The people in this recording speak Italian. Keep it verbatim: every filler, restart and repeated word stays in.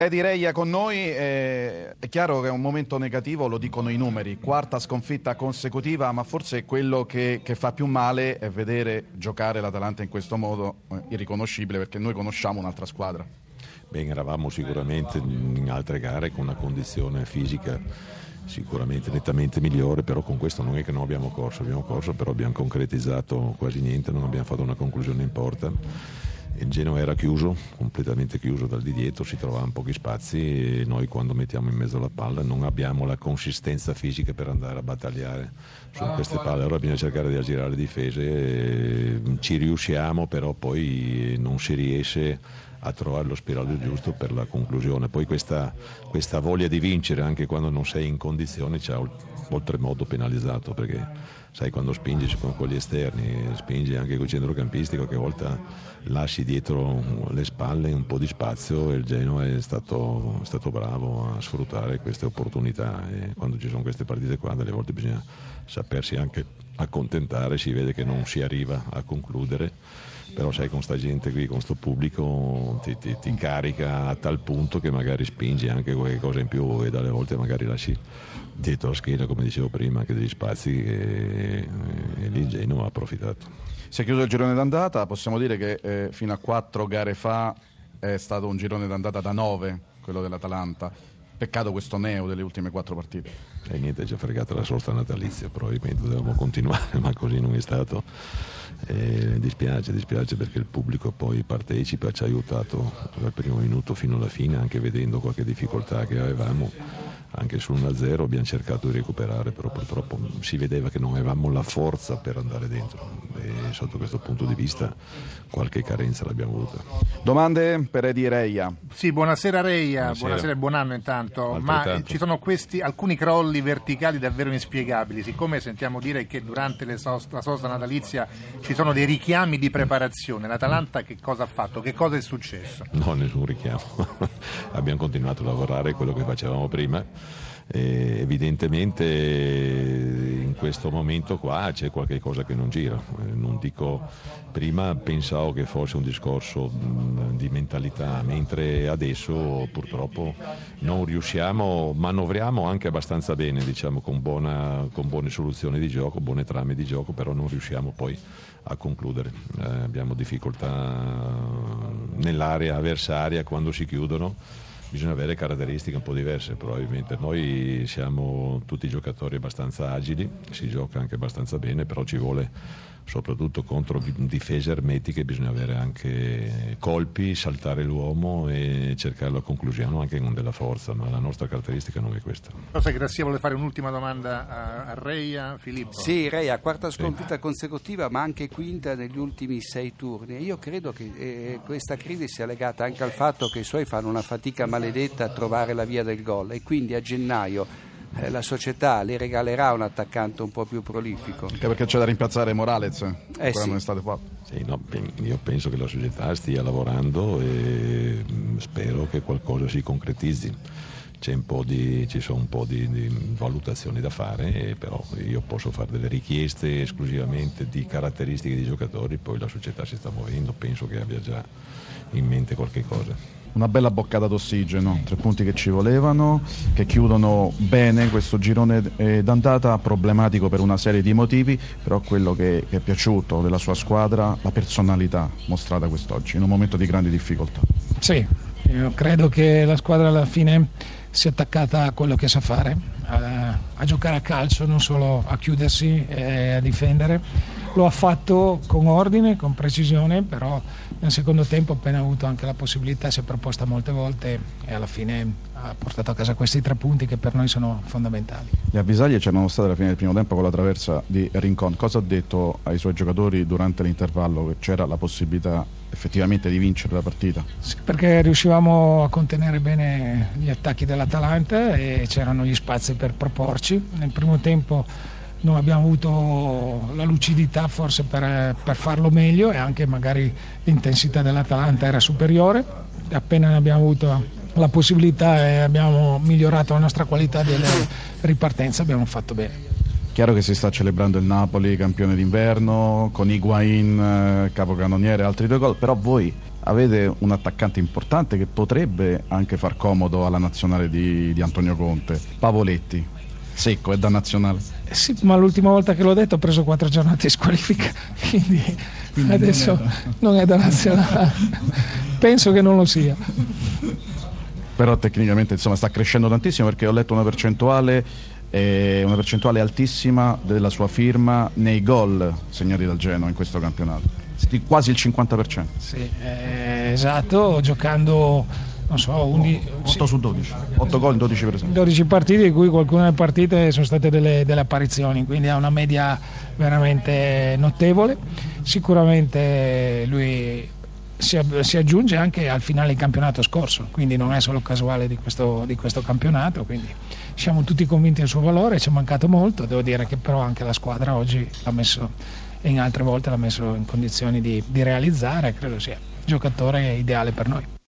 Edi Reia con noi, eh, è chiaro che è un momento negativo, lo dicono i numeri, quarta sconfitta consecutiva, ma forse quello che, che fa più male è vedere giocare l'Atalanta in questo modo eh, irriconoscibile, perché noi conosciamo un'altra squadra. Bene, eravamo sicuramente in altre gare con una condizione fisica sicuramente nettamente migliore, però con questo non è che non abbiamo corso, abbiamo corso, però abbiamo concretizzato quasi niente, non abbiamo fatto una conclusione in porta. Il Genoa era chiuso, completamente chiuso dal di dietro, si trovavano pochi spazi e noi quando mettiamo in mezzo la palla non abbiamo la consistenza fisica per andare a battagliare su queste palle. Allora bisogna cercare di aggirare le difese, ci riusciamo, però poi non si riesce a trovare lo spiraglio giusto per la conclusione. Poi questa, questa voglia di vincere anche quando non sei in condizione ci ha oltremodo penalizzato, perché sai, quando spingi con gli esterni, spingi anche con il centrocampisti, qualche volta lasci dietro le spalle un po' di spazio, e il Genoa è stato, è stato bravo a sfruttare queste opportunità, e quando ci sono queste partite qua delle volte bisogna sapersi anche accontentare, si vede che non si arriva a concludere, però sai, con sta gente qui, con sto pubblico ti, ti, ti carica a tal punto che magari spingi anche qualche cosa in più, e dalle volte magari lasci dietro la schiena, come dicevo prima, anche degli spazi, e, e lì il Genoa ha approfittato. Si è chiuso il girone d'andata, possiamo dire che eh, fino a quattro gare fa è stato un girone d'andata da nove, quello dell'Atalanta. Peccato questo neo delle ultime quattro partite. E niente, ci ha fregato la sosta natalizia, probabilmente dovevamo continuare, ma così non è stato. E dispiace, dispiace perché il pubblico poi partecipa, ci ha aiutato dal primo minuto fino alla fine, anche vedendo qualche difficoltà che avevamo. Anche sull'uno a zero abbiamo cercato di recuperare, però purtroppo si vedeva che non avevamo la forza per andare dentro, e sotto questo punto di vista qualche carenza l'abbiamo avuta. Domande per Edi Reia. Sì, buonasera Reia, buonasera, buonasera e buon anno intanto. Ma ci sono questi alcuni crolli verticali davvero inspiegabili, siccome sentiamo dire che durante le sosta, la sosta natalizia ci sono dei richiami di preparazione. L'Atalanta che cosa ha fatto? Che cosa è successo? No, nessun richiamo. Abbiamo continuato a lavorare quello che facevamo prima. E evidentemente in questo momento qua c'è qualche cosa che non gira. Non dico, prima pensavo che fosse un discorso di mentalità, mentre adesso purtroppo non riusciamo, manovriamo anche abbastanza bene, diciamo, con, buona, con buone soluzioni di gioco, buone trame di gioco, però non riusciamo poi a concludere. Eh, abbiamo difficoltà nell'area avversaria quando si chiudono. Bisogna avere caratteristiche un po' diverse, probabilmente. Noi siamo tutti giocatori abbastanza agili, si gioca anche abbastanza bene, però ci vuole, soprattutto contro difese ermetiche, bisogna avere anche colpi, saltare l'uomo e cercare la conclusione anche con della forza, ma la nostra caratteristica non è questa. Cosa che Grassia vuole fare un'ultima domanda a, a Reia, Filippo? Sì, Reia, quarta sconfitta sì. consecutiva, ma anche quinta negli ultimi sei turni. Io credo che eh, questa crisi sia legata anche al fatto che i suoi fanno una fatica maledetta a trovare la via del gol, e quindi a gennaio eh, la società le regalerà un attaccante un po' più prolifico. Anche perché c'è da rimpiazzare Morales, eh sì. non è stato fatto. Sì, no, io penso che la società stia lavorando e spero che qualcosa si concretizzi. C'è un po' di, ci sono un po' di, di valutazioni da fare, e però io posso fare delle richieste esclusivamente di caratteristiche di giocatori, poi la società si sta muovendo, penso che abbia già in mente qualche cosa. Una bella boccata d'ossigeno, tre punti che ci volevano, che chiudono bene questo girone d'andata, problematico per una serie di motivi, però quello che, che è piaciuto della sua squadra, la personalità mostrata quest'oggi, in un momento di grandi difficoltà. Sì, io credo che la squadra alla fine si è attaccata a quello che sa fare, a, a giocare a calcio, non solo a chiudersi e a difendere. Lo ha fatto con ordine, con precisione, però nel secondo tempo, appena avuto anche la possibilità, si è proposta molte volte e alla fine ha portato a casa questi tre punti che per noi sono fondamentali. Le avvisaglie c'erano state alla fine del primo tempo con la traversa di Rincon. Cosa ha detto ai suoi giocatori durante l'intervallo, che c'era la possibilità effettivamente di vincere la partita? Sì, perché riuscivamo a contenere bene gli attacchi dell'Atalanta e c'erano gli spazi per proporci. Nel primo tempo non abbiamo avuto la lucidità forse per, per farlo meglio, e anche magari l'intensità dell'Atalanta era superiore. Appena ne abbiamo avuto la possibilità e abbiamo migliorato la nostra qualità di ripartenza, abbiamo fatto bene. Chiaro che si sta celebrando il Napoli campione d'inverno con Higuain capocannoniere e altri due gol, però voi avete un attaccante importante che potrebbe anche far comodo alla nazionale di, di Antonio Conte, Pavoletti, secco, è da nazionale. Eh sì, ma l'ultima volta che l'ho detto ho preso quattro giornate di squalifica, quindi, quindi adesso non è, da... non è da nazionale. Penso che non lo sia. Però tecnicamente insomma sta crescendo tantissimo, perché ho letto una percentuale eh, una percentuale altissima della sua firma nei gol segnati dal Genoa in questo campionato, quasi il cinquanta per cento. Sì, eh, esatto, giocando non so, undici, otto su dodici, otto gol in dodici presenze. dodici partite, di cui qualcune delle partite sono state delle, delle apparizioni, quindi ha una media veramente notevole. Sicuramente lui si, si aggiunge anche al finale del campionato scorso, quindi non è solo casuale di questo, di questo campionato, quindi siamo tutti convinti del suo valore. Ci è mancato molto, devo dire che però anche la squadra oggi l'ha messo, e in altre volte l'ha messo in condizioni di, di realizzare. Credo sia il giocatore ideale per noi.